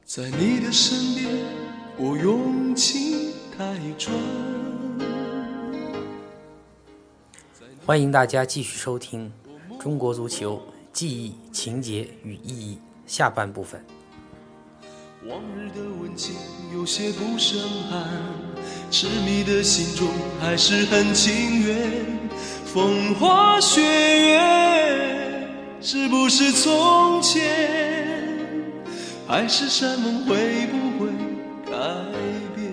在你的身边，我用情太专。 欢迎大家继续收听《中国足球记忆、情节与意义》下半部分。 往日的温情有些不胜寒，痴迷的心中还是很情愿。风花雪月是不是从前？还是山盟会不会改变？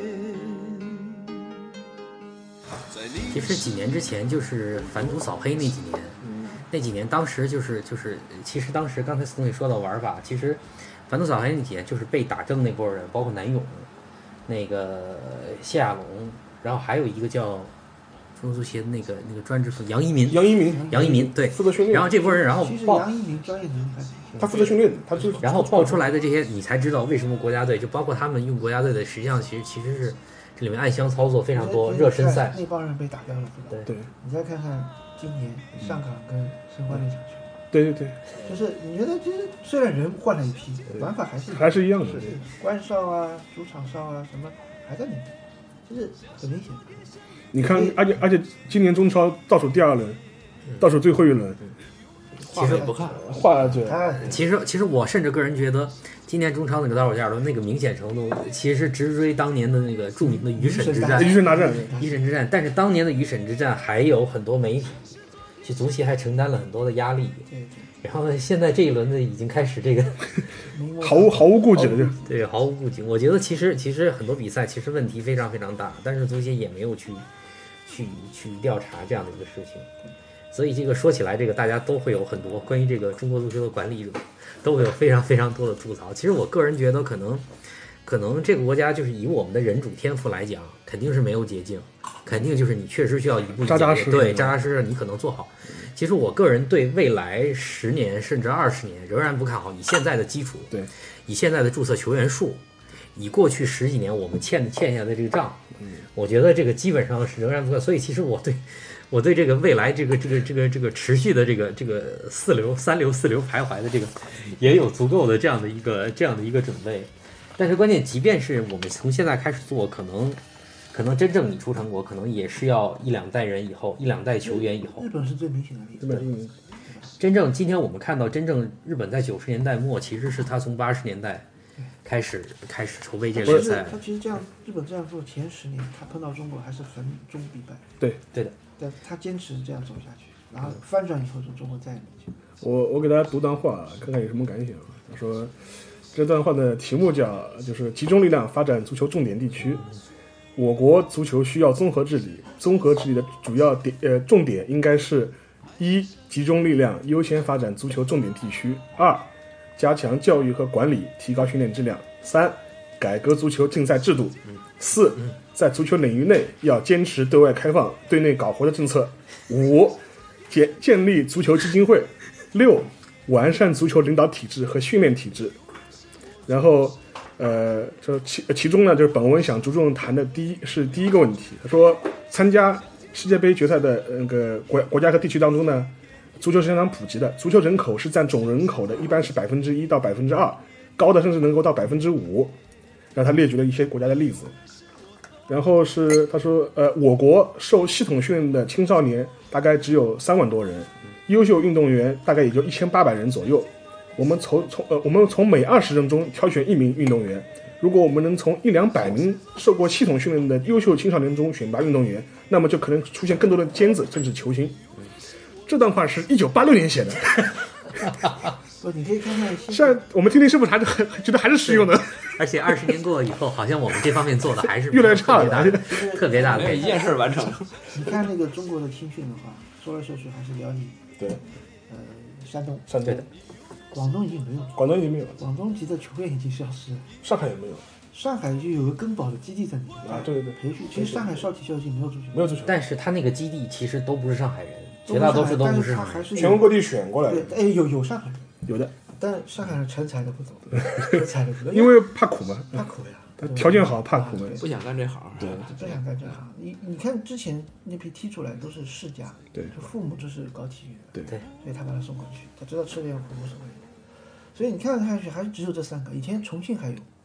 其实几年之前就是反祖扫黑那几年，那几年当时其实当时刚才司总也说到玩法，其实反祖扫黑那几年就是被打正那波人，包括南勇、那个谢亚龙，然后还有一个叫中国足协那个专职杨一民对， 负责训练。 然后这波人，然后其实杨一鸣专业能力还挺强， 他负责训练，他就然后爆出来的这些，你才知道为什么国家队就包括他们用国家队的，实际上其实是这里面暗箱操作非常多，热身赛那帮人被打掉了，对吧？ 对， 你再看看今年上港跟申花那场球， 对， 就是你觉得其实虽然人换了一批，玩法还是一样的， 关少啊、主场少啊什么还在那边，就是很明显。 你看，而且今年中超倒数第二轮，倒数最后一轮， 其实也不看画对。 其实我甚至个人觉得，今年中超那个倒数第二轮那个明显程度，其实是直追当年的那个著名的鱼审之战。鱼审之战，但是当年的鱼审之战还有很多媒体，其实足协还承担了很多的压力。然后呢，现在这一轮呢已经开始这个毫无顾忌了，就对，毫无顾忌。我觉得其实很多比赛其实问题非常非常大，但是足协也没有去调查这样的一个事情。所以这个说起来，这个大家都会有很多关于这个中国足球的管理者都会有非常非常多的吐槽。其实我个人觉得可能这个国家就是以我们的人主天赋来讲，肯定是没有捷径，肯定就是你确实需要一步一步扎实， 对，扎扎实实你可能做好。其实我个人对未来10年甚至20年仍然不看好。以现在的基础， 对， 以现在的注册球员数，以过去10几年我们欠下的这个账，我觉得这个基本上是仍然不可。所以其实我对这个未来这个持续的这个3流4流徘徊的这个也有足够的这样的一个准备。但是关键，即便是我们从现在开始做，可能真正你出成果，可能也是要1-2代人以后，1-2代球员以后。 日本是最明显的例子。 真正今天我们看到，真正日本在90年代末，其实是他从80年代开始筹备这个联赛。 他其实这样，日本这样做前10年，他碰到中国还是逢中必败。 对的。 但他坚持这样走下去，然后翻转以后，中国再也没去。 我给大家读段话，看看有什么感想。他说，这段话的题目就是集中力量发展足球重点地区。我国足球需要综合治理，综合治理的主要重点应该是：1. 集中力量优先发展足球重点地区；2. 加强教育和管理，提高训练质量；3. 改革足球竞赛制度；4. 在足球领域内要坚持对外开放、对内搞活的政策；5. 建立足球基金会；6. 完善足球领导体制和训练体制。然后其中呢，就是本文想着重谈的第一个问题。他说，参加世界杯决赛的那个国家和地区当中呢，足球是相当普及的，足球人口是占总人口的一般是1%到2%，高的甚至能够到5%。然后他列举了一些国家的例子。然后他说，我国受系统训练的青少年大概只有3万多人，优秀运动员大概也就1800人左右。我们从每20人中挑选1名运动员，如果我们能从100-200名受过系统训练的优秀青少年中选拔运动员，那么就可能出现更多的尖子甚至球星。这段话是1986年写的。 你可以看看， 现在我们听听是不是觉得还是适用的？ 而且20年过了以后，好像我们这方面做的还是越来越差了， 特别大的一件事完成。 你看那个中国的青训的话，说来说去还是辽宁， 对， 山东， 对的， 广东已经没有了，广东籍的球员已经消失了， 上海也没有， 上海就有个根宝的基地在里面对， 培训。其实上海少体校际没有足球， 但是他那个基地其实都不是上海人，绝大多数都不是上海人， 全国各地选过来的。 对，有上海人， 有的。 但上海人成才的不走， 因为怕苦嘛， 怕苦呀， 条件好怕苦嘛， 不想干这行， 对，不想干这行。你看之前那批踢出来都是世家， 对， 父母就是搞体育的， 对， 所以他把他送过去，他知道吃点苦无所谓。所以你看来看去还是只有这3个，以前重庆还有，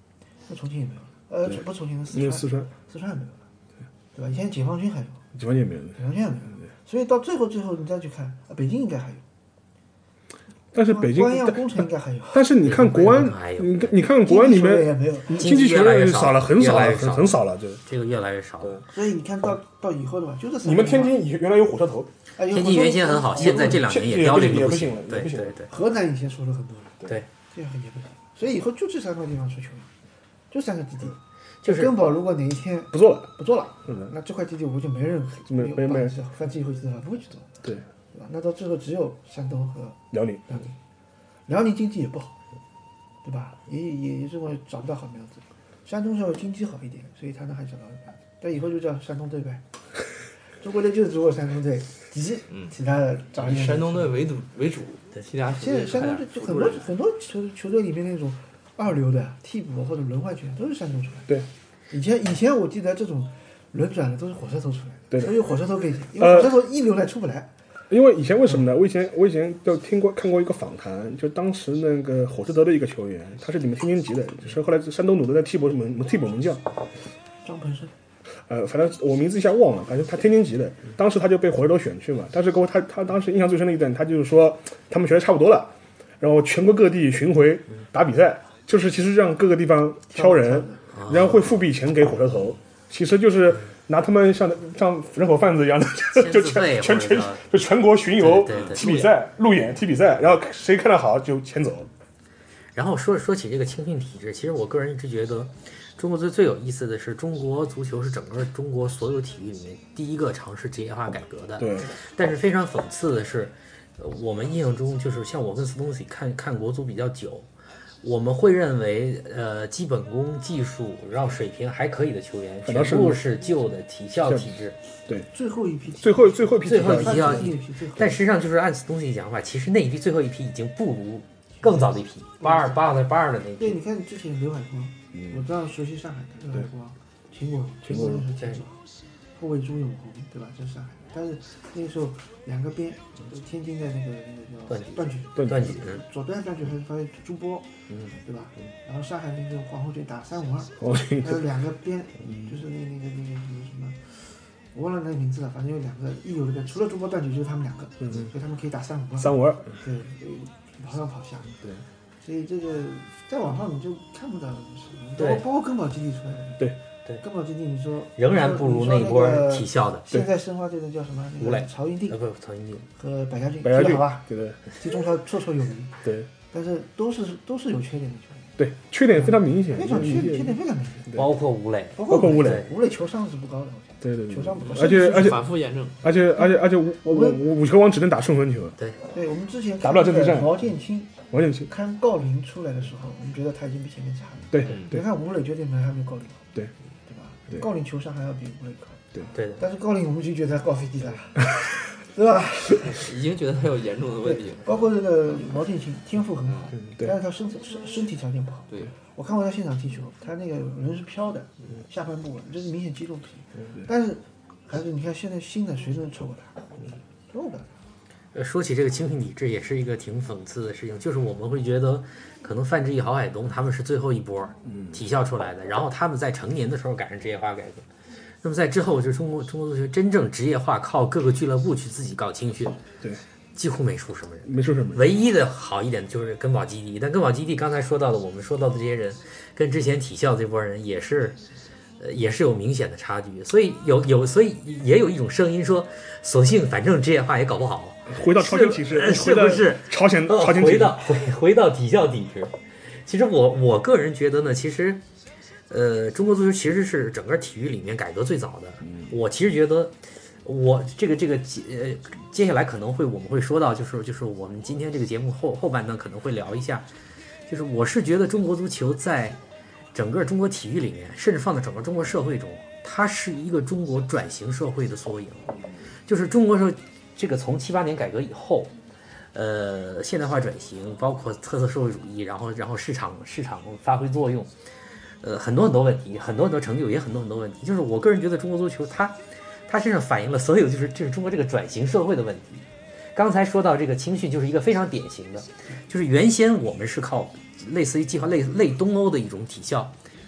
那重庆也没有了，不是重庆的因为四川也没有了，对吧？以前解放军还有， 解放军也没有。 解放军也没有，所以到最后你再去看，北京应该还有。 但是北京官样工程应该还有， 但是你看国安，你看国安里面也没有， 经济学院少了，很少了，很少了， 这个越来越少了。 所以你看到以后的话，就是你们天津原来有火车头， 天津原先很好，现在这2年也凋零的不行了。对对对， 河南以前说了很多人， 对， 这样也不行。所以以后就这3块地方出球员，就3个基地。 就是根宝如果哪一天不做了， 那这块基地我就没人没犯忌讳的话不会去做， 对吧？那到最后只有山东和辽宁， 辽宁经济也不好，对吧？也认为找不到好苗子。山东稍微经济好一点，所以他能还找到苗子，但以后就叫山东队呗。中国队就是中国山东队，其他的找以山东队为主，其他现在山东队就很多球队里面那种2流的替补或者轮换球员都是山东出来的。 对， 以前我记得这种轮转的都是火车头出来的， 对， 都有火车头背景，因为火车头1流还出不来。 因为以前为什么呢？我以前就看过一个访谈，就当时那个火车头的一个球员，他是你们天津籍的，就是后来山东鲁能的替补门将， 张鹏胜。 反正我名字一下忘了，反正他天津籍的，当时他就被火车头选去嘛。但是给我他当时印象最深的一点，他就是说他们学的差不多了，然后全国各地巡回打比赛，就是其实让各个地方挑人，然后会付笔钱给火车头，其实就是拿他们像人口贩子一样的，就全国巡游踢比赛、路演踢比赛，然后谁看得好就牵走。 然后说起这个青训体制，其实我个人一直觉得，中国最有意思的是，中国足球是整个中国所有体育里面第一个尝试职业化改革的。 对。 但是非常讽刺的是，我们印象中就是像我跟斯东西看国足比较久。我们会认为，基本功、技术，然后水平还可以的球员，全部是旧的体校体制。 对， 最后一批体校。但实际上就是按此东西讲的话，其实那一批最后一批已经不如更早的一批82的那一批。 对，你看之前刘海峰，我知道熟悉上海的刘海峰，秦国那时候前手，后卫朱永红，对吧？这是上海。但是那个时候2个边，天津的那个叫段举，左边段举还是发现朱波，对吧？然后上海那个皇后队打352，还有2个边，就是那个什么，我忘了那个名字了，反正有2个一流的边，除了朱波段举就是他们2个，所以他们可以打352，对，跑上跑下， 对， 所以这个在网上你就看不到什么， 包括根宝基地出来的， 对。 根宝基地，你说仍然不如那一波体校的。 现在申花队的叫什么？ 吴磊、 曹云定曹云定和百家俊， 好吧？ 对， 其中他绰绰有余。 对， 但是都是有缺点的球员。 对，缺点非常明显， 缺点非常明显。 包括吴磊， 吴磊球商是不高的， 对， 球商不高， 而且反复验证， 而且五球王只能打顺风球。 对，我们之前打不了阵地战。 毛剑卿看郜林出来的时候，我们觉得他已经比前面强了。 对， 你看吴磊绝对还没有郜林好。 对。 郜林球商还要比吴磊高， 对的。 但是郜林我们就觉得他高飞机了，对吧？ 已经觉得他有严重的问题。 包括这个毛剑卿天赋很好，但是他身体条件不好。 对， 我看过他现场踢球，他那个人是飘的，下半部稳，这是明显肌肉疲。但是还是你看现在新的谁能凑过他？凑不了。 说起这个青训体制，也是一个挺讽刺的事情，就是我们会觉得，可能范志毅、郝海东他们是最后一波体校出来的，然后他们在成年的时候赶上职业化改革。那么在之后，就中国足球真正职业化，靠各个俱乐部去自己搞青训， 对， 几乎没出什么人， 没出什么人。 唯一的好一点就是根宝基地，但根宝基地刚才说到的，我们说到的这些人，跟之前体校这波人也是有明显的差距，所以所以也有一种声音说，索性反正职业化也搞不好。 回到朝鲜体制， 是不是朝鲜体制？回到体校体制。其实我个人觉得呢，其实中国足球其实是整个体育里面改革最早的。我其实觉得，我这个接下来可能我们会说到，就是我们今天这个节目后半段可能会聊一下，就是我是觉得中国足球在整个中国体育里面，甚至放在整个中国社会中，它是一个中国转型社会的缩影，就是中国社。这个从78年改革以后，现代化转型，包括特色社会主义，然后市场发挥作用，很多问题，很多成就，也很多问题。就是我个人觉得中国足球它身上反映了所有就是中国这个转型社会的问题。刚才说到这个青训就是一个非常典型的，就是原先我们是靠类似于计划类东欧的一种体校，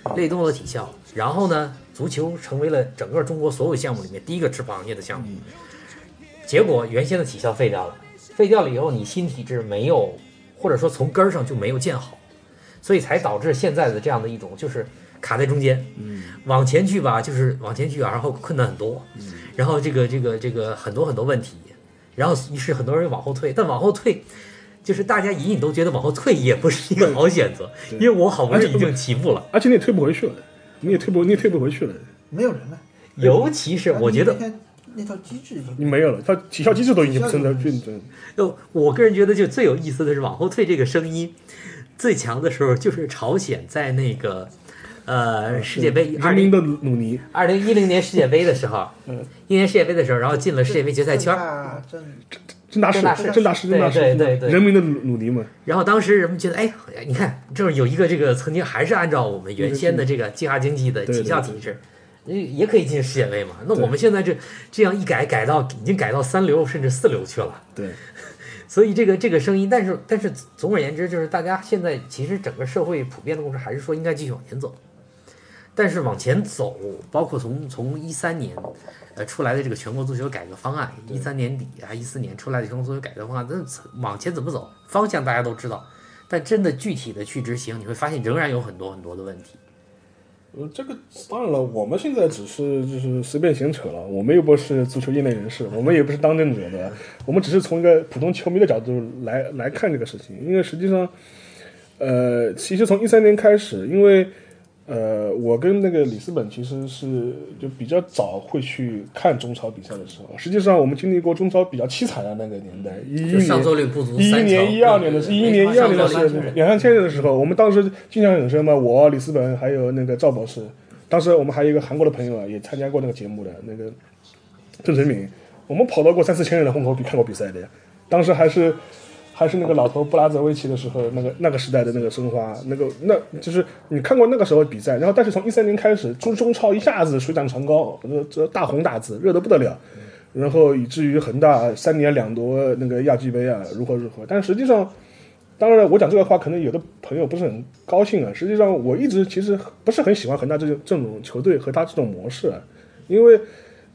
类动作体校，然后呢，足球成为了整个中国所有项目里面第一个吃螃蟹的项目。结果原先的体校废掉了，废掉了以后，你新体制没有，或者说从根儿上就没有建好，所以才导致现在的这样的一种就是卡在中间，往前去吧，就是往前去啊，然后困难很多，然后这个很多问题，然后于是很多人往后退，但往后退。就是大家隐隐都觉得往后退也不是一个好选择，因为我好不容易已经起步了， 而且你也退不回去了，你也退不回去了， 没有人了。 尤其是我觉得那套机制已经你没有了，它体校机制都已经不存在运转。 我个人觉得就最有意思的是往后退这个声音最强的时候，就是朝鲜在那个世界杯人民的努力 ，2010年世界杯的时候，2010年世界杯的时候，然后进了世界杯决赛圈。郑大世，对， 人民的努力嘛。 然后当时人们觉得，哎，你看，这有一个这个曾经还是按照我们原先的这个计划经济的体校体制，也可以进世界杯嘛。那我们现在这样一改已经改到3流甚至4流去了。 对。 所以这个声音，但是总而言之，就是大家现在其实整个社会普遍的共识还是说应该继续往前走。但是往前走，包括从13年，出来的这个全国足球改革方案，13年底啊14年出来的全国足球改革方案，那往前怎么走，方向大家都知道，但真的具体的去执行，你会发现仍然有很多的问题。 这个当然了，我们现在只是就是随便闲扯了，我们又不是足球业内人士，我们也不是当政者的，我们只是从一个普通球迷的角度来看这个事情，因为实际上，其实从13年开始，因为。我跟那个里斯本其实是就比较早会去看中超比赛的时候，实际上我们经历过中超比较凄惨的那个年代，11年、 上座率不足 11年、12年的是11年、12年的是2、3千人的时候，我们当时印象很深嘛，我里斯本还有那个赵博士，当时我们还有一个韩国的朋友啊，也参加过那个节目的那个郑成敏，我们跑到过3、4千人的虹口看过比赛的呀，当时还是那个老头布拉泽维奇的时候，那个时代的那个申花，那就是你看过那个时候比赛，然后但是从13年开始，中超一下子水涨船高，这大红大紫，热得不得了，然后以至于恒大3年2夺那个亚俱杯啊，如何，但实际上，当然我讲这个话，可能有的朋友不是很高兴啊。实际上，我一直其实不是很喜欢恒大这种球队和他这种模式啊，因为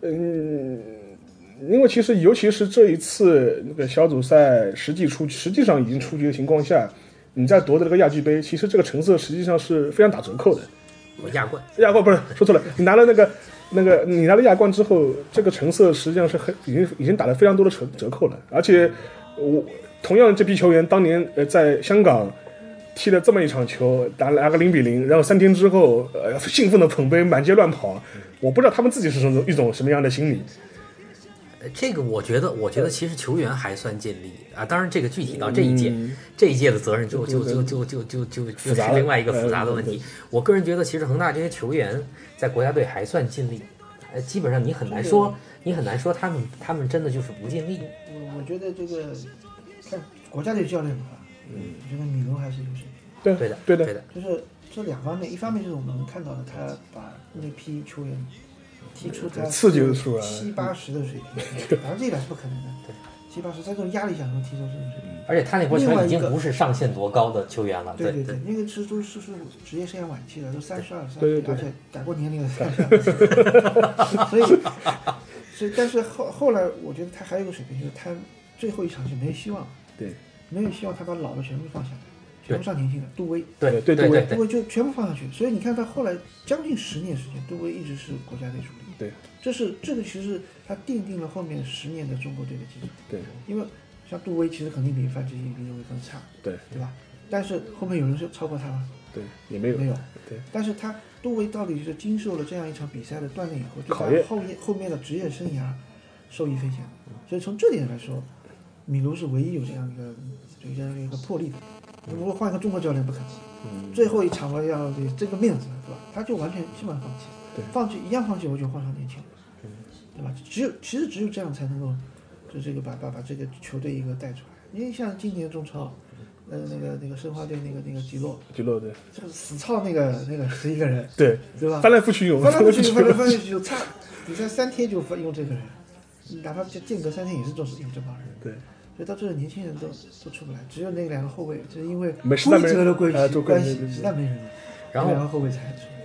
其实尤其是这一次那个小组赛实际上已经出局的情况下，你再夺的这个亚俱杯，其实这个成色实际上是非常打折扣的。 亚冠不是说错了，你拿了你拿了亚冠之后，这个成色实际上是已经打了非常多的折扣了。而且同样这批球员当年在香港踢了这么一场球，拿个0-0，然后3天之后兴奋的捧杯满街乱跑，我不知道他们自己是一种什么样的心理。 这个我觉得其实球员还算尽力啊，当然这个具体到这一届的责任就是另外一个复杂的问题。我个人觉得其实恒大这些球员在国家队还算尽力，基本上你很难说他们真的就是不尽力。 我觉得这个看国家队教练的话，我觉得米卢还是有水平。对的， 就是这2方面，一方面就是我们看到了他把那批球员踢出他刺激的出来 70-80的水平，当然这一点是不可能的。对，70-80在这种压力下能踢出这种水平。 而且他那波球员已经不是上限多高的球员了。对， 那个都是职业生涯晚期了，都32、 对， 而且改过年龄了32。所以，但是后来我觉得他还有个水平，就是他最后一场是没有希望。 对， 没有希望，他把老的全部放下来。全部上年轻的杜威， 对， 杜威就全部放上去，所以你看他后来将近10年时间，杜威一直是国家队主力。 对， 这个其实他奠定了后面10年的中国队的基础。 对， 因为像杜威其实肯定比范志毅、比刘伟更差，对吧？但是后面有人是超过他吗？ 对，也没有。 对，但是他杜威到底是经受了这样一场比赛的锻炼以后，对他后面的职业生涯受益匪浅。所以从这点来说，米卢是唯一有这样一个魄力的。如果换一个中国教练不可能，最后一场了要这个面子，对吧？他就完全基本上放弃，放弃我就换上年轻人，对吧？其实只有这样才能够，就这个把这个球队一个带出来。因为像今年中超，那个申花队那个吉洛对，这个死操那个11个人，对吧？翻来覆去，差比赛3天就用这个人，哪怕间隔3天也是用这帮人，对。所以到这年轻人都出不来，只有那2个后卫，就是因为规则的关系，实在没人了。 然后 2个后卫才出来。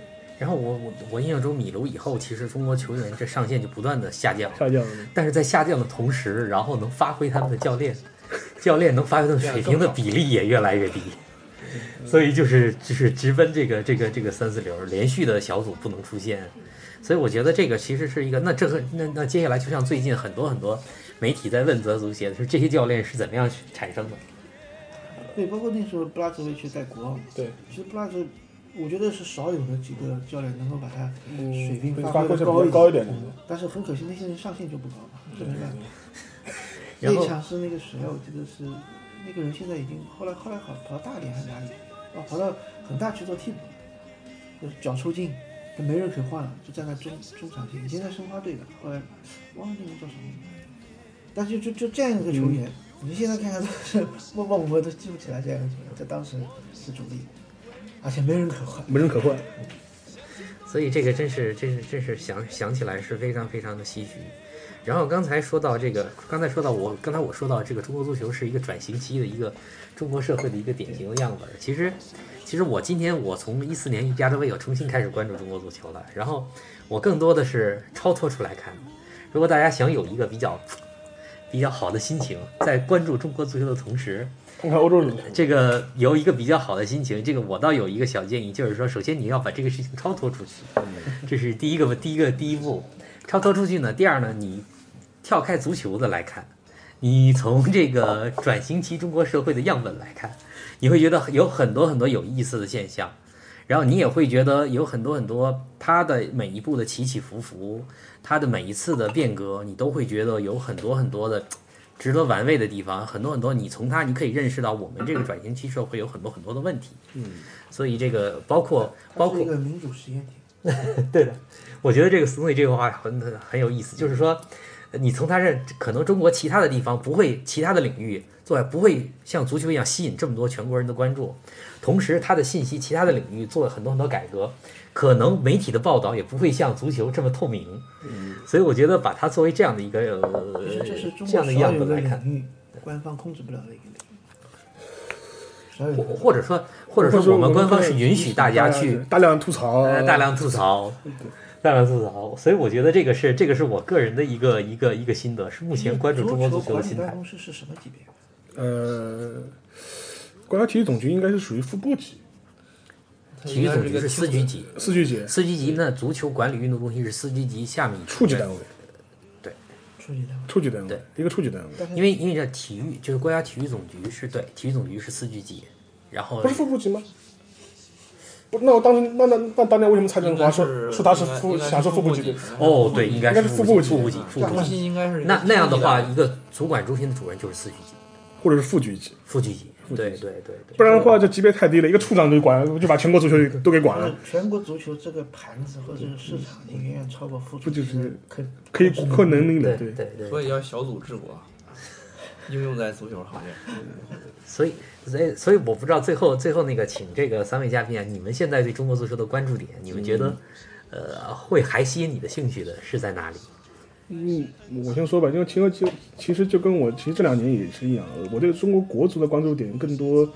然后我印象中米卢以后，其实中国球员这上限就不断的下降，但是在下降的同时，然后能发挥他们的教练能发挥他们水平的比例也越来越低，所以就是直奔这个3-4流，连续的小组不能出现。所以我觉得这个其实是一个，那接下来就像最近很多媒体在问泽足协的是这些教练是怎么样产生的？ 对，包括那时候布拉泽维奇在国奥， 对， 其实布拉泽我觉得是少有的几个教练能够把他水平发挥的高一点， 但是很可惜那些人上限就不高嘛，这没办法。 然后那场是那个谁啊？我记得是那个人现在已经后来跑到大连还是哪里？跑到恒大去做替补了，就是脚抽筋，就没人可以换了，就站在中场线。以前在申花队的，后来忘了那个叫什么名字。但是就这样一个球员，你现在看看都是默默都记不起来这样一个球员，在当时是主力，而且没人可换。 所以这个真是想起来是非常非常的唏嘘。然后刚才说到这个，刚才我说到这个中国足球是一个转型期的一个中国社会的一个典型的样本。其实我今天从14年亚洲杯我重新开始关注中国足球了，然后我更多的是超脱出来看。如果大家想有一个比较好的心情，在关注中国足球的同时， 看看欧洲人， 这个有一个比较好的心情，这个我倒有一个小建议，就是说，首先你要把这个事情超脱出去，这是第一步。超脱出去呢，第二呢，你跳开足球的来看，你从这个转型期中国社会的样本来看，你会觉得有很多有意思的现象，然后你也会觉得有很多它的每一步的起起伏伏，它的每一次的变革，你都会觉得有很多的值得玩味的地方，很多你从它你可以认识到我们这个转型期社会有很多的问题。所以这个包括一个民主实验体。 对的，我觉得这个所以这个话很有意思，就是说你从它可能中国其他的地方不会，其他的领域不会像足球一样吸引这么多全国人的关注，同时它的信息其他的领域做了很多改革，可能媒体的报道也不会像足球这么透明。所以我觉得把它作为这样的一个这样的样本来看， 官方控制不了的一个领域，或者说我们官方是允许大家去大量吐槽， 所以我觉得这个是我个人的一个心得，是目前关注中国足球的心态。 办公室是什么级别？ 国家体育总局应该是属于副部级。 体育总局是4局级，4局级呢，足球管理运动中心是4局级下面处级单位。 对， 处级单位， 对， 一个处级单位。 因为这体育就是国家体育总局是对，体育总局是4局级，然后不是副部级吗？不，那我当时那当年为什么蔡振华说他是享受副部级的？ 哦，对，应该是副部级。 中心应该是那样的话，一个主管中心的主任就是4局级， 或者是副局级。 对， 不然的话这级别太低了，一个处长就把全国足球都给管了。 全国足球这个盘子或者是市场已经远远超过副局级可以顾客能力了。对， 所以要小组治国，应用在足球行业。 所以我不知道最后那个请这个3位嘉宾啊，你们现在对中国足球的关注点，你们觉得会还吸引你的兴趣的是在哪里？ 我先说吧，因为其实就跟我其实这2年也是一样，我对中国国足的关注点更多，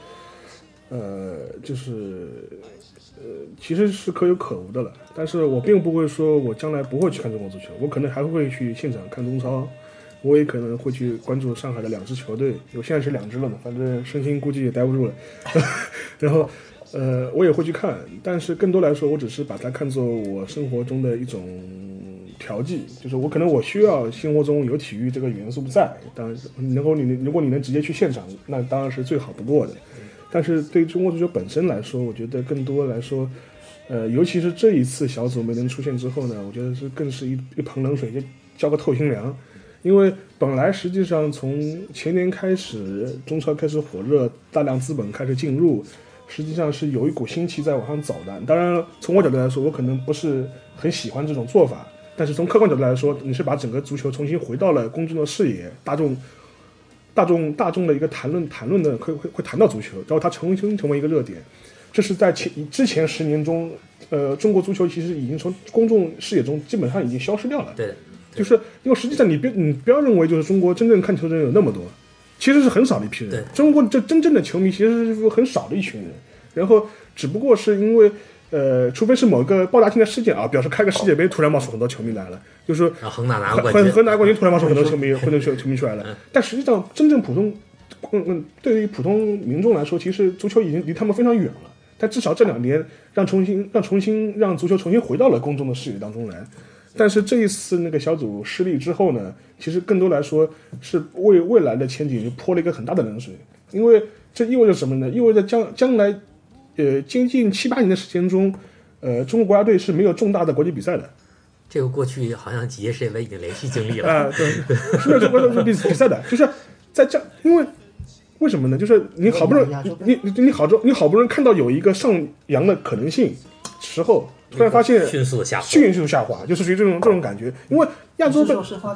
其实是可有可无的了。但是我并不会说我将来不会去看中国足球，我可能还会去现场看中超，我也可能会去关注上海的2支球队，我现在是2支了嘛，反正身心估计也待不住了。然后我也会去看，但是更多来说，我只是把它看作我生活中的一种调剂，就是我需要生活中有体育这个元素在。当然，如果你能直接去现场，那当然是最好不过的。但是对于中国足球本身来说，我觉得更多来说，尤其是这一次小组没能出现之后呢，我觉得更是一盆冷水，就浇个透心凉。因为本来实际上从前年开始，中超开始火热，大量资本开始进入，实际上是有一股新气在往上走的。当然，从我角度来说，我可能不是很喜欢这种做法。但是从客观角度来说，你是把整个足球重新回到了公众的视野，大众的一个谈论的会谈到足球，然后它重新成为一个热点。这是在之前10年中，中国足球其实已经从公众视野中基本上已经消失掉了。 对， 就是因为实际上你不要认为就是中国真正看球的人有那么多，其实是很少的一批人。中国这真正的球迷其实是很少的一群人，然后只不过是因为除非是某个爆炸性的事件啊，表示开个世界杯突然冒出很多球迷来了，就是说然后恒大拿冠军， 恒大冠军突然冒出很多球迷出来了，但实际上真正对于普通民众来说，其实足球已经离他们非常远了。但至少这2年让足球重新回到了公众的视野当中来。但是这一次那个小组失利之后呢，其实更多来说是为未来的前景就泼了一个很大的冷水，因为这意味着什么呢？意味着将来接近7-8年的时间中，中国国家队是没有重大的国际比赛的。 这个过去好像几届世界杯已经连续经历了啊，对，是没有中国队比赛的，就是在这，因为什么呢？就是你好不容易你好不容易看到有一个上扬的可能性时候，突然发现迅速下滑，就属于这种感觉。因为亚洲杯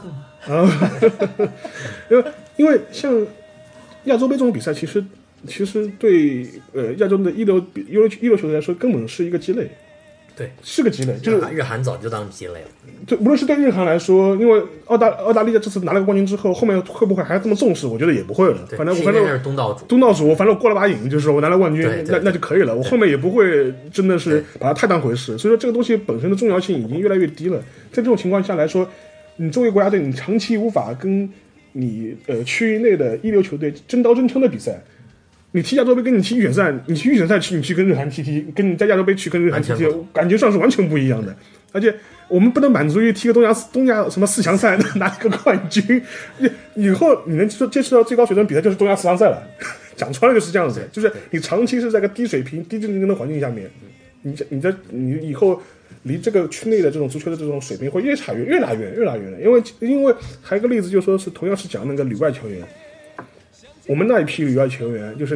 因为像亚洲杯这种比赛，其实对亚洲的一流球队来说，根本是一个鸡肋。 对， 是个鸡肋，就是日韩早就当鸡肋了。 对，无论是对日韩来说，因为澳大利亚这次拿了个冠军之后，后面会不会还这么重视？我觉得也不会了。反正是东道主，反正我过了把瘾，就是我拿了冠军，那就可以了。我后面也不会真的是把它太当回事。所以说，这个东西本身的重要性已经越来越低了。在这种情况下来说，你作为国家队，你长期无法跟你区域内的一流球队真刀真枪的比赛。你踢亚洲杯跟你踢预选赛，你去跟日韩踢，跟你在亚洲杯去跟日韩踢，感觉上是完全不一样的。而且我们不能满足于踢个东亚什么4强赛拿一个冠军，以后你能接触到最高水准比赛就是东亚4强赛了。讲穿了就是这样子，就是你长期是在个低水平、低竞争的环境下面，你以后离这个区内的这种足球的这种水平会越拉远了。因为还有一个例子，就是说是同样是讲那个旅外球员。我们那一批旅外球员，就是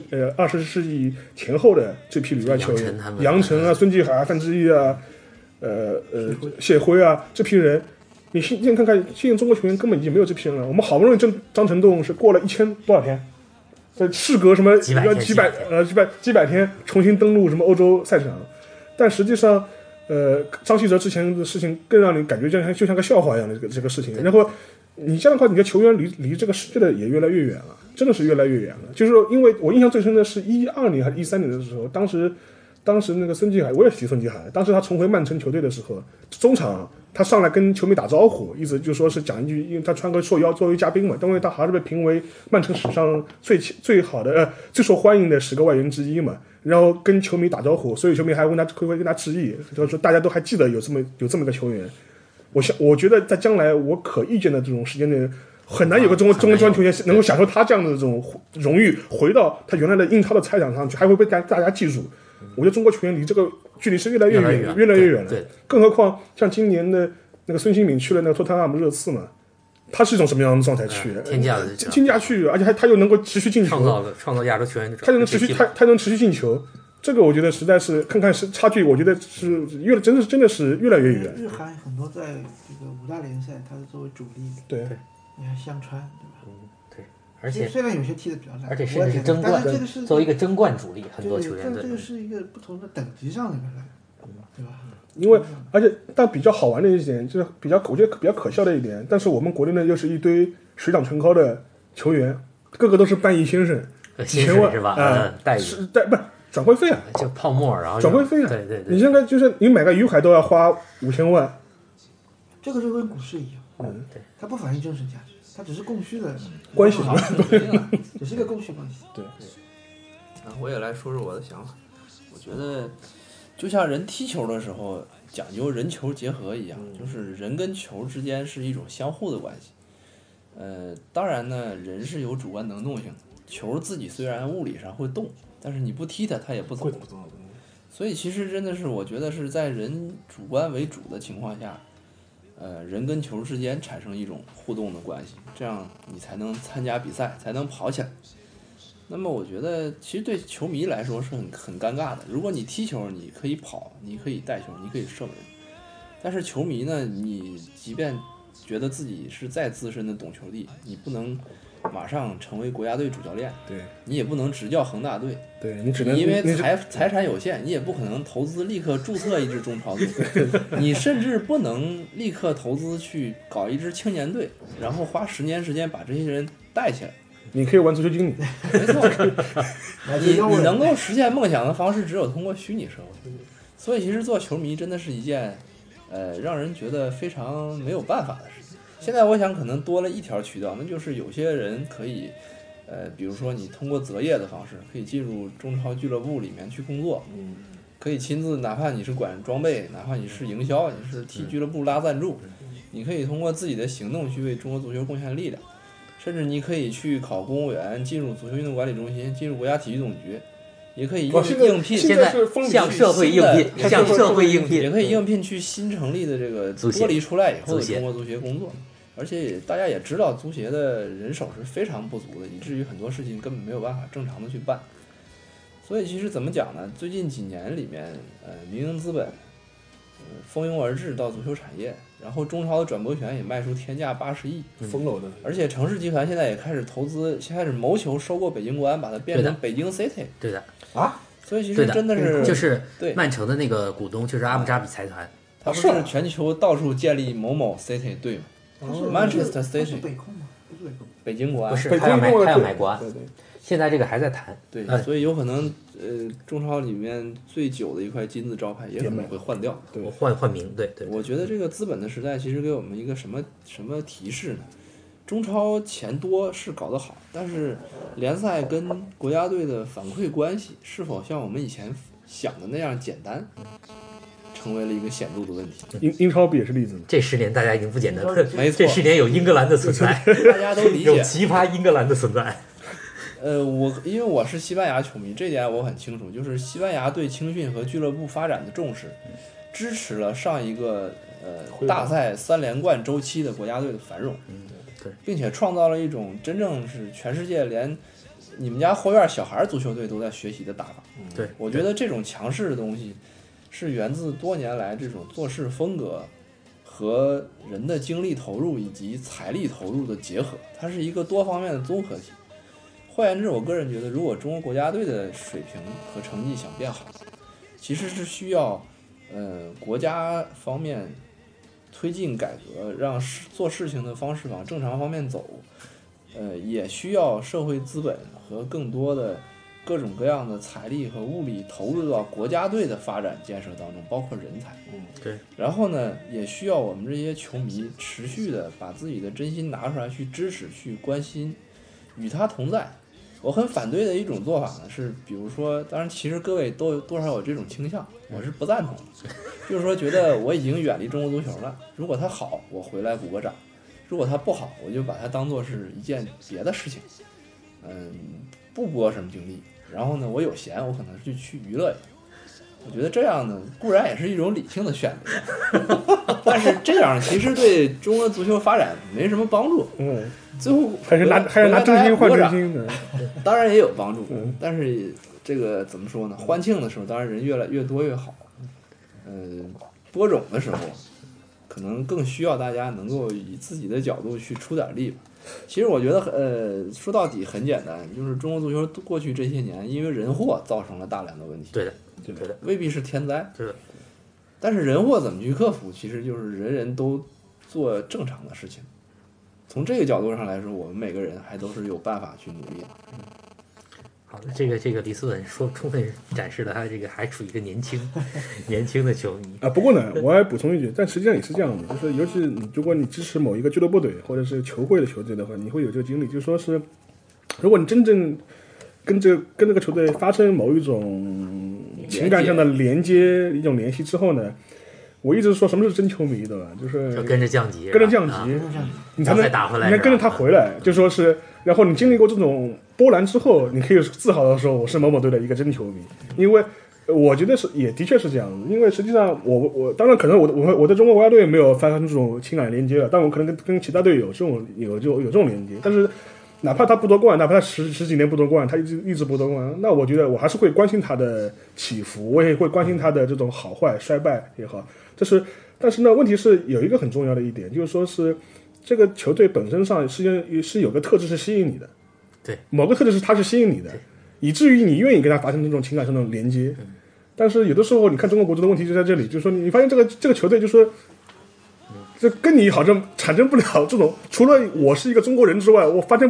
20世纪前后的这批旅外球员，杨晨啊、孙继海啊、范志毅啊、谢辉啊这批人，你现在看看，现在中国球员根本已经没有这批人了。我们好不容易张成栋是过了1000多少天，在事隔什么几百天重新登陆什么欧洲赛场，但实际上，张稀哲之前的事情更让你感觉就像个笑话一样的这个事情，然后。你这样的话，你的球员离这个世界的也越来越远了，真的是越来越远了。就是说，因为我印象最深的是12年还是13年的时候，当时那个孙继海，我也是提孙继海，当时他重回曼城球队的时候，中场他上来跟球迷打招呼，意思就说是讲一句，因为他穿个受邀作为嘉宾嘛，因为他还是被评为曼城史上最好的最受欢迎的10个外援之一嘛，然后跟球迷打招呼，所有球迷还会跟他致意，就是说大家都还记得有这么个球员。我觉得在将来我可预见的这种时间内，很难有个中国球员能够享受他这样的这种荣誉，回到他原来的英超的赛场上去，还会被大家记住。我觉得中国球员离这个距离是越来越远了。更何况像今年的那个孙兴慜去了那个托特纳姆热刺嘛，他是一种什么样的状态去？ 天价去，而且他又能够持续进球， 创造亚洲球员的， 他能持续进球。这个我觉得实在是看是差距，我觉得是真的是越来越远。 日韩很多在这个5大联赛，它是作为主力。 对， 你看香川，对吧？ 对，而且虽然有些踢得比较烂， 而且甚至是争冠，作为一个争冠主力，很多球员这个是一个不同的等级上的比赛，对吧？ 因为但比较好玩的一点就是我觉得比较可笑的一点，但是我们国内呢又是一堆水涨船高的球员，个个都是半亿先生，几千万是吧？待遇不是。转会费啊， 就泡沫，然后转会费啊， 对， 你现在就是你买个鱼海都要花5000万， 这个就跟股市一样， 对， 它不反映真实价值，它只是供需的关系， 只是一个供需关系。 对， 我也来说说我的想法，我觉得就像人踢球的时候讲究人球结合一样，就是人跟球之间是一种相互的关系。当然呢，人是有主观能动性的，球自己虽然物理上会动。但是你不踢它也不走，所以其实真的是我觉得是在人主观为主的情况下，人跟球之间产生一种互动的关系，这样你才能参加比赛，才能跑起来。那么我觉得其实对球迷来说是很尴尬的。如果你踢球，你可以跑，你可以带球，你可以射门，但是球迷呢，你即便觉得自己是再资深的懂球帝，你不能马上成为国家队主教练， 对， 你也不能执教恒大队， 对，你只能因为财产有限，你也不可能投资立刻注册一支中超队，你甚至不能立刻投资去搞一支青年队，然后花10年时间把这些人带起来。 你可以玩足球经理， 没错，你能够实现梦想的方式只有通过虚拟社会。 所以其实做球迷真的是一件让人觉得非常没有办法的事情。现在我想可能多了一条渠道，那就是有些人可以比如说你通过择业的方式可以进入中超俱乐部里面去工作，可以亲自，哪怕你是管装备，哪怕你是营销，你是替俱乐部拉赞助，你可以通过自己的行动去为中国足球贡献力量，甚至你可以去考公务员，进入足球运动管理中心，进入国家体育总局，也可以应聘， 现在向社会应聘，向社会应聘， 也可以应聘去新成立的这个剥离出来以后的中国足协工作。而且大家也知道，足协的人手是非常不足的，以至于很多事情根本没有办法正常的去办。所以其实怎么讲呢？最近几年里面，民营资本，蜂拥而至到足球产业，然后中超的转播权也卖出天价80亿， 疯了的。 而且城市集团现在也开始投资，开始谋求收购北京国安，把它变成北京 City。 对的啊， 所以其实真的是就是对曼城的那个股东就是阿布扎比财团， 他不是全球到处建立某某 City 队吗？Manchester City 北控吗？不是北控， 北京国安不是他要买国安， 对对。 现在这个还在谈， 对，所以有可能中超里面最久的一块金字招牌也可能会换掉， 对， 换名，对。 我觉得这个资本的时代其实给我们一个什么提示呢？中超钱多是搞得好，但是联赛跟国家队的反馈关系是否像我们以前想的那样简单，成为了一个显著的问题。 英超不也是例子吗？ 这10年大家已经不简单了， 没错， 这10年有英格兰的存在， 大家都理解， 有奇葩英格兰的存在。 因为我是西班牙球迷，这点我很清楚，就是西班牙对青训和俱乐部发展的重视，支持了上一个大赛3连冠周期的国家队的繁荣， 对， 并且创造了一种真正是全世界连你们家后院小孩足球队都在学习的打法。 对， 我觉得这种强势的东西是源自多年来这种做事风格和人的精力投入以及财力投入的结合，它是一个多方面的综合体。换言之，我个人觉得，如果中国国家队的水平和成绩想变好，其实是需要，国家方面推进改革，让做事情的方式往正常方面走，也需要社会资本和更多的各种各样的财力和物力投入到国家队的发展建设当中，包括人才。 对。 然后呢，也需要我们这些球迷持续的把自己的真心拿出来去支持、去关心，与他同在。我很反对的一种做法呢是，比如说，当然其实各位都多少有这种倾向，我是不赞同的。就是说，觉得我已经远离中国足球了，如果它好，我回来鼓个掌；如果它不好，我就把它当做是一件别的事情，不拨什么精力。然后呢，我有闲，我可能就去娱乐一下。我觉得这样呢，固然也是一种理性的选择，但是这样其实对中国足球发展没什么帮助。最后还是拿真心换真心的， 当然也有帮助，但是这个怎么说呢？欢庆的时候，当然人越来越多越好。播种的时候，可能更需要大家能够以自己的角度去出点力吧。其实我觉得，说到底很简单，就是中国足球过去这些年因为人祸造成了大量的问题。 对的， 未必是天灾。 对的。 但是人祸怎么去克服？其实就是人人都做正常的事情。从这个角度上来说，我们每个人还都是有办法去努力的。 好的，这个李斯文充分展示了他这个还处于一个年轻的球迷啊。不过呢，我还补充一句，但实际上也是这样的，就是尤其如果你支持某一个俱乐部队或者是球会的球队的话，你会有这个经历，就是说是，如果你真正跟这个球队发生某一种情感上的连接、一种联系之后呢，我一直说什么是真球迷，对吧？就是跟着降级， 你才能打回来， 你才跟着他回来。就说是，然后你经历过这种波澜之后，你可以自豪的说我是某某队的一个真球迷，因为我觉得是也的确是这样的。因为实际上我当然可能我对中国国家队没有发生这种情感连接了，但我可能跟其他队有这种连接，但是。哪怕他不夺冠，哪怕他十几年不夺冠，他一直不夺冠，那我觉得我还是会关心他的起伏，我也会关心他的这种好坏、衰败也好。但是呢，问题是有一个很重要的一点，就是说是这个球队本身上是有个特质是吸引你的， 对， 某个特质是它是吸引你的，以至于你愿意跟他发生这种情感上的连接。但是有的时候，你看中国国足的问题就在这里，就是说你发现这个球队就是说。这跟你好像产生不了这种，除了我是一个中国人之外，我发现不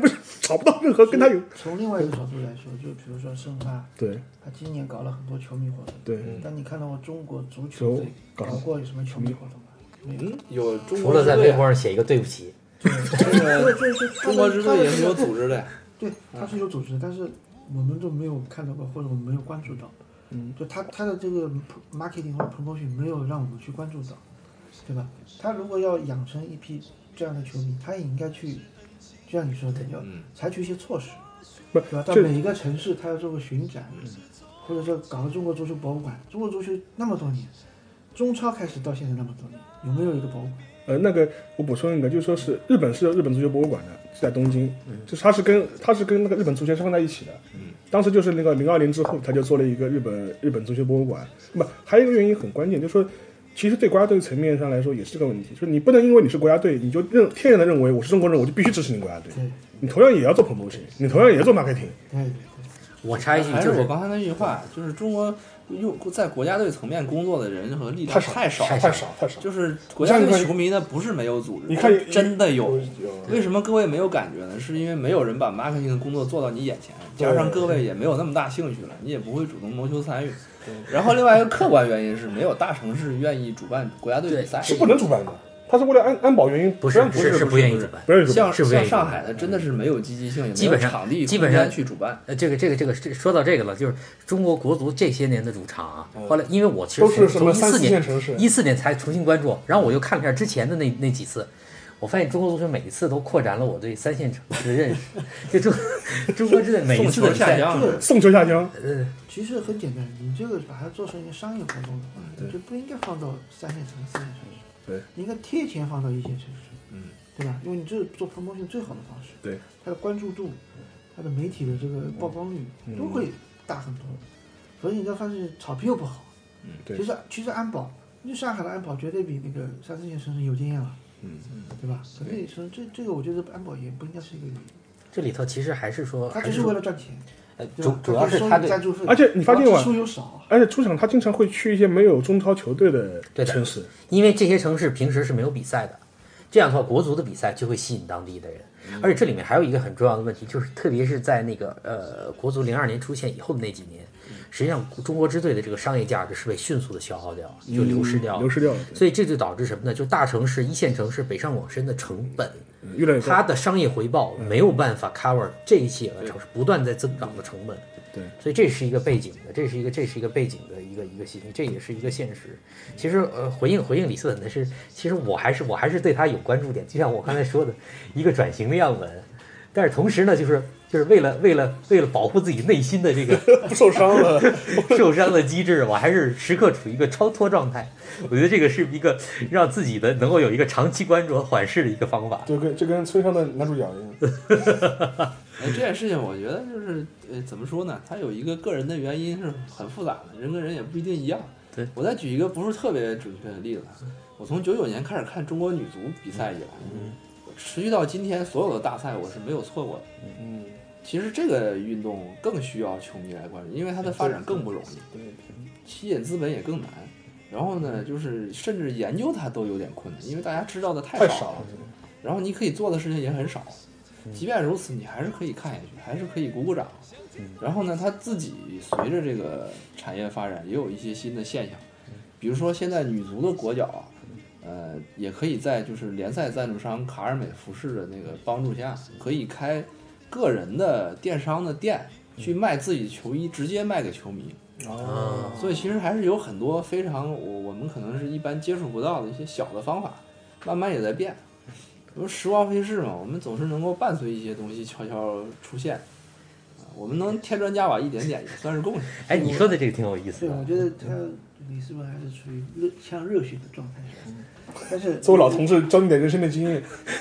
找不到任何跟他有从另外一个角度来说，就比如说申花， 对他今年搞了很多球迷活动， 对但你看到过中国足球队搞过有什么球迷活动吗？没有。 有中除了在微国之队博上写一个对不起， 这个就是中国之队也是有组织的呀。 对，他是有组织，但是我们都没有看到过，或者我们没有关注到。就他的这个 marketing 或者 promotion 没有让我们去关注到，对吧？他如果要养成一批这样的球迷，他也应该去，就像你说的，要采取一些措施， 不对吧？到每一个城市，他要做个巡展，或者说搞个中国足球博物馆。中国足球那么多年，中超开始到现在那么多年，有没有一个博物馆？ 那个我补充一个，就是说是日本是有日本足球博物馆的，是在东京，就是它是跟那个日本足球是放在一起的。当时就是那个02年之后，他就做了一个日本足球博物馆。不，还有一个原因很关键，就是说，其实对国家队层面上来说也是个问题，就是你不能因为你是国家队，你就天然的认为我是中国人，我就必须支持你国家队。你同样也要做 promotion， 你同样也要做 marketing。 对。 我插一句， 还就是我刚才那句话，就是中国在国家队层面工作的人和力量太少。就是国家队球迷呢，不是没有组织， 你看真的有。为什么各位没有感觉呢？是因为没有人把 marketing 的工作做到你眼前，加上各位也没有那么大兴趣了，你也不会主动谋求参与。然后另外一个客观原因是没有大城市愿意主办国家队比赛， 是不能主办的。他是为了安保原因， 不愿意主办， 像上海的真的是没有积极性，也没有场地基本上去主办。 这个说到这个了，就是中国国足这些年的主场啊。后来因为我其实都是什么从 14 年才重新关注，然后我又看了一下之前的那几次，我发现中国足球每一次都扩展了我对3线城市的认识。就中国之队每一次的比赛送球下江。 其实很简单，你这个把它做成一个商业活动的话，就不应该放到3线城市、4线城市。 对， 你应该贴钱放到1线城市，对吧？因为你这是做 promotion 最好的方式， 对， 它的关注度、它的媒体的这个曝光率都会大很多。所以你就发现草皮又不好， 对。 其实安保，就上海的安保绝对比那个3、4线城市有经验了，对吧？所以说这个我觉得安保也不应该是一个理由。 这里头其实还是说， 他只是为了赚钱。 主要是他对， 而且你发现出又少， 而且出场他经常会去一些没有中超球队的城市， 因为这些城市平时是没有比赛的，这样的话国足的比赛就会吸引当地的人。而且这里面还有一个很重要的问题，就是特别是在那个国足02年出现以后的那几年，实际上中国之队的这个商业价值是被迅速的消耗掉，就流失掉了。所以这就导致什么呢？就大城市、1线城市北上广深的成本。它的商业回报没有办法 cover 这一些城市不断在增长的成本， 对， 所以这是一个背景的，这是一个背景的一个信息，这也是一个现实。其实回应李斯本的是，其实我还是对他有关注点，就像我刚才说的一个转型的样本，但是同时呢，就是为了保护自己内心的这个不受伤的机制，我还是时刻处于一个超脱状态。我觉得这个是一个让自己的能够有一个长期关注和缓释的一个方法。 就跟村上的男主角一样。 这件事情我觉得就是怎么说呢？它有一个个人的原因是很复杂的，人跟人也不一定一样。 对， 我再举一个不是特别准确的例子，我从99年开始看中国女足比赛以来，持续到今天，所有的大赛我是没有错过的。其实这个运动更需要球迷来关注，因为它的发展更不容易，吸引资本也更难。然后呢，就是甚至研究它都有点困难，因为大家知道的太少了。然后你可以做的事情也很少。即便如此，你还是可以看下去，还是可以鼓掌。然后呢，它自己随着这个产业发展，也有一些新的现象。比如说现在女足的国脚啊，也可以在就是联赛赞助商卡尔美服饰的那个帮助下，可以开个人的电商的店，去卖自己球衣，直接卖给球迷。所以其实还是有很多非常我们可能是一般接触不到的一些小的方法，慢慢也在变。比如时光飞逝嘛，我们总是能够伴随一些东西悄悄出现，我们能添砖加瓦一点点，也算是贡献。 哎，你说的这个挺有意思的。 对，我觉得他李斯本还是处于像热血的状态上，但是作为老同志，教你点人生的经验。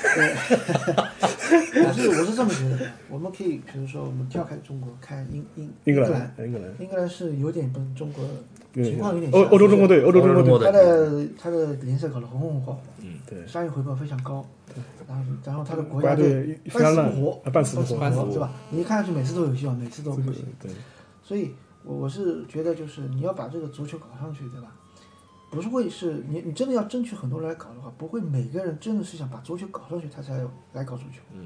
我是这么觉得的。我们可以比如说我们跳开中国看英格兰是有点跟中国情况有点像。 欧洲中国队， 他的联赛搞得红红火火，对，商业回报非常高，然后他的国家队半死不活，对吧？你一看上去每次都有希望，每次都不行， 对。 所以我是觉得就是你要把这个足球搞上去，对吧？不是会是你真的要争取很多人来搞的话，不会每个人真的是想把足球搞上去，他才来搞足球。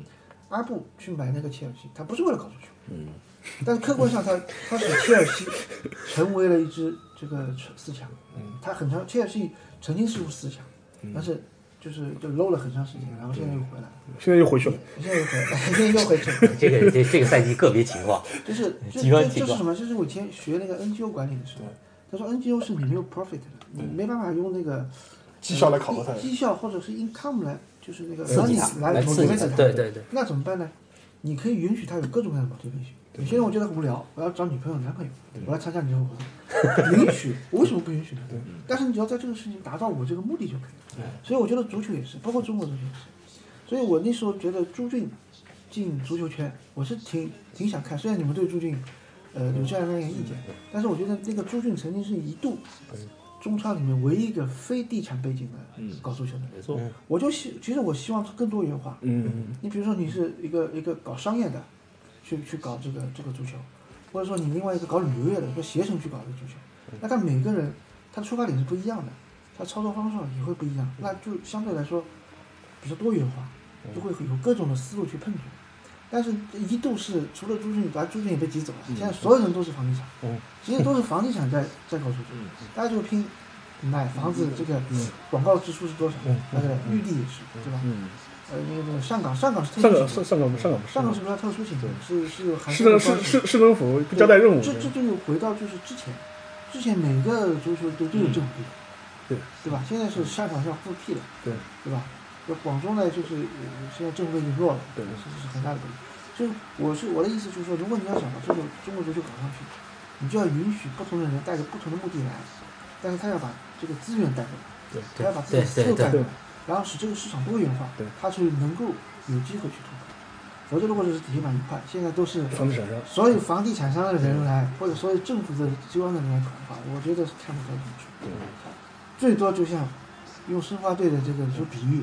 阿布去买那个切尔西，他不是为了搞足球，但是客观上他使切尔西成为了一支这个四强，他很长，切尔西曾经是入四强，但是就 low 了很长时间，然后现在又回来了， 现在又回去了， 现在又回去了。 这个赛季个别情况， 就是极端情况。 这是什么？就是我以前学那个 NGO 管理的时候，他说 NGO 是你没有 profit 的，你没办法用那个绩效来考核它， 绩效或者是 income 来，就是那个刺激 money 来刺激它，对。 那怎么办呢？你可以允许他有各种各样的 motivation。有些人我觉得很无聊，我要找女朋友男朋友，我来参加你这个活动，允许，我为什么不允许呢？但是你只要在这个事情达到我这个目的就可以了。所以我觉得足球也是，包括中国足球也是。所以我那时候觉得朱俊进足球圈，我是挺想看。虽然你们对朱俊有这样那样意见，但是我觉得那个朱俊曾经是一度中超里面唯一一个非地产背景的搞足球的。 没错。 我就其实我希望更多元化。你比如说你是一个搞商业的。去搞这个足球，或者说你另外一个搞旅游业的，说携程去搞这个足球，那他每个人他的出发点是不一样的，他操作方式也会不一样，那就相对来说比较多元化，就会有各种的思路去碰撞。但是一度是除了朱俊，朱俊也被挤走了，现在所有人都是房地产，其实都是房地产在搞足球，大家就拼买房子，这个广告支出是多少？那个绿地也是，对吧？那个上港是特殊情况，上港是比较特殊情况，是韩国的市政府不交代任务。 这就是回到就是之前每个足球都有政府对吧？现在是上港要复辟了，对吧？就广州呢，就是现在政府已经弱了，这是很大的问题。就是我的意思就是说，如果你要想把这个中国足球搞上去，你就要允许不同的人带着不同的目的来，但是他要把这个资源带过来，他要把自己的思路带过来。然后使这个市场多元化，它就能够有机会去突破。否则如果是铁板一块，现在都是所有房地产商的人来，或者所有政府的机关的人来搞的话，我觉得是看不出来什么出。最多就像用申花队的这个就比喻，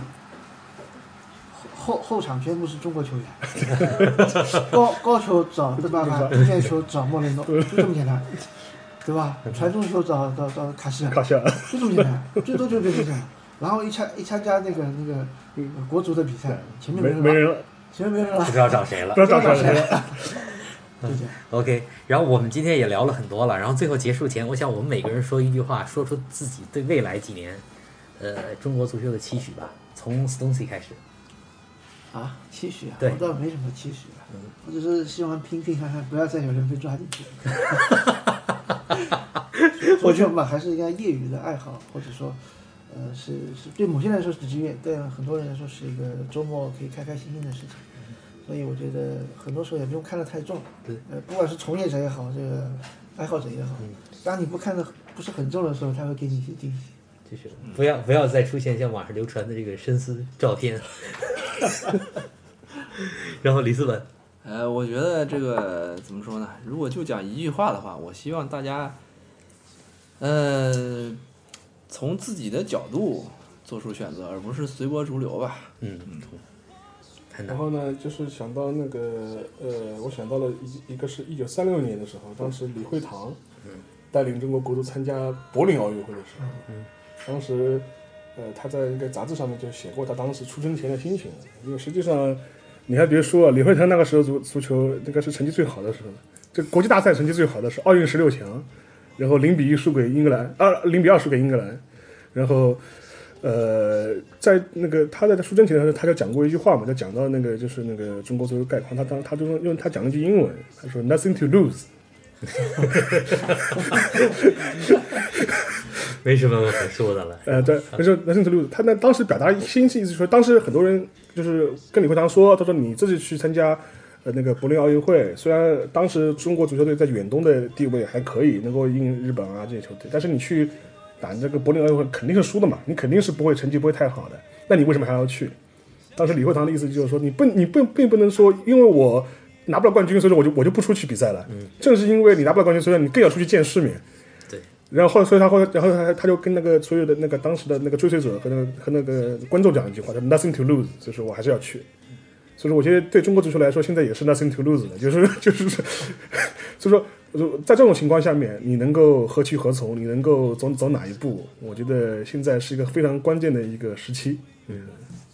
后场全部是中国球员，高球找邓巴巴，中间球找莫雷诺，就这么简单，对吧？传中球找卡西尔，就这么简单，最多就变成这样。然后一参加那个国足的比赛，前面没人了， 不知道找谁了， 就这样。 OK， 然后我们今天也聊了很多了，然后最后结束前，我想我们每个人说一句话，说出自己对未来几年，中国足球的期许吧。从 Stoncy 开始。 啊，期许啊？ 对， 我倒没什么期许了，我只是希望拼看看，不要再有人被抓进去。足球嘛，还是应该业余的爱好，或者说。是对某些人来说是职业，对很多人来说是一个周末可以开开心心的事情，所以我觉得很多时候也不用看得太重。不管是从业者也好，这个爱好者也好，当你不看得不是很重的时候，他会给你一些惊喜。 就是不要再出现像网上流传的这个深思照片。然后李思文， 我觉得这个怎么说呢？如果就讲一句话的话，我希望大家，从自己的角度做出选择，而不是随波逐流吧。 然后呢，就是想到那个我想到了一个是1936年的时候，当时李惠堂带领中国国足参加柏林奥运会的时候，当时他在一个杂志上面就写过他当时出征前的心情，因为实际上你还别说，李惠堂那个时候足球那个是成绩最好的时候，这国际大赛成绩最好的是奥运16强。然后0-1输给英格兰，0-2输给英格兰，然后，在那个他在出征前的时候，他就讲过一句话嘛，就讲到那个就是那个中国足球概况，他就用他讲了一句英文，他说 nothing to lose， 没什么可说的了。 对，他说 nothing to lose， 他那当时表达心意思说，当时很多人就是跟李惠堂说，他说你自己去参加。那个柏林奥运会，虽然当时中国足球队在远东的地位还可以，能够赢日本啊这些球队，但是你去打这个柏林奥运会肯定是输的嘛，你肯定是成绩不会太好的，那你为什么还要去？当时李惠堂的意思就是说，你并不能说，因为我拿不了冠军，所以说我就不出去比赛了。正是因为你拿不了冠军，所以你更要出去见世面。 对。 然后他就跟那个所有的那个当时的那个追随者和那个观众讲一句话，叫 nothing to lose， 所以说我还是要去。所以说，我觉得对中国足球来说，现在也是 nothing to lose 的，所以说，在这种情况下面，你能够何去何从，你能够走哪一步？我觉得现在是一个非常关键的一个时期。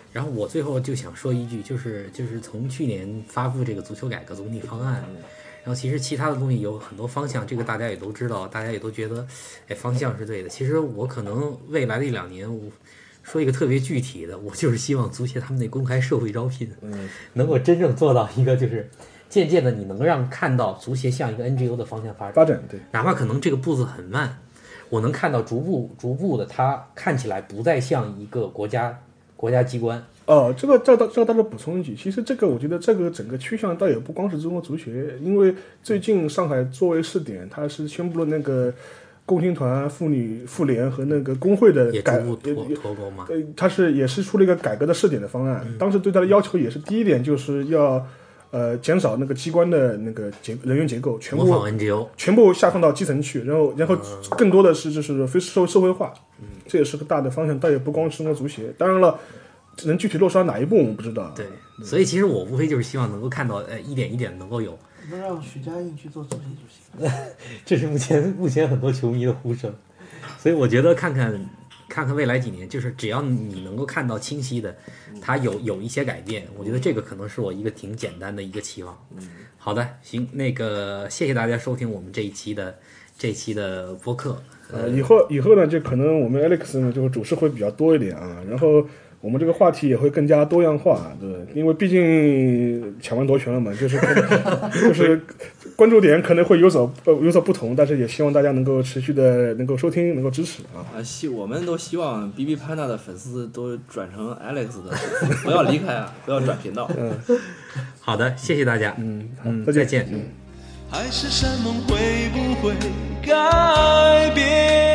然后我最后就想说一句，就是从去年发布这个足球改革总体方案，然后其实其他的东西有很多方向，这个大家也都知道，大家也都觉得，哎，方向是对的。其实我可能未来的1-2年，我说一个特别具体的，我就是希望足协他们那公开社会招聘，能够真正做到一个就是渐渐的你能让看到足协向一个 NGO 的方向发展， 对， 哪怕可能这个步子很慢，我能看到逐步的它看起来不再像一个国家机关。 这个倒是补充一句，其实这个我觉得这个整个趋向倒也不光是中国足协，因为最近上海作为试点，它是宣布了那个共青团、妇女妇联和那个工会的也逐步脱钩嘛。 它也是出了一个改革的试点的方案。当时对它的要求也是第一点就是要减少那个机关的那个人员结构，全部模仿 NGO， 全部下放到基层去，然后更多的是就是非社会化，这也是个大的方向，倒也不光是中国足协。当然了，能具体落实到哪一步我们不知道。 对，所以其实我无非就是希望能够看到，一点一点能够有。 能让许家印去做主席就行。 这是目前很多球迷的呼声，所以我觉得看看未来几年，就是只要你能够看到清晰的，它有一些改变，我觉得这个可能是我一个挺简单的一个期望。好的，行，那个谢谢大家收听我们这一期的播客。 以后呢，就可能我们 Alex 呢就主事会比较多一点啊，然后我们这个话题也会更加多样化，对，因为毕竟抢完夺权了嘛，就是关注点可能会有所不同，但是也希望大家能够持续的能够收听，能够支持啊。 我们都希望 BB Panda 的粉丝都转成 Alex 的粉丝，不要离开啊，不要转频道。 好的，谢谢大家。 好， 再见。 海誓山盟会不会改变？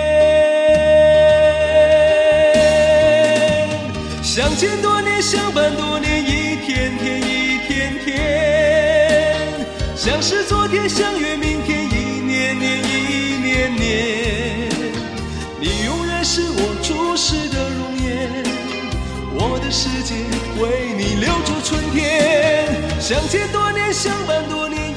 相见多年，相伴多年，一天天一天天，相识昨天，相约明天，一年年一年年。你永远是我注视的容颜，我的世界为你留住春天。相见多年，相伴多年。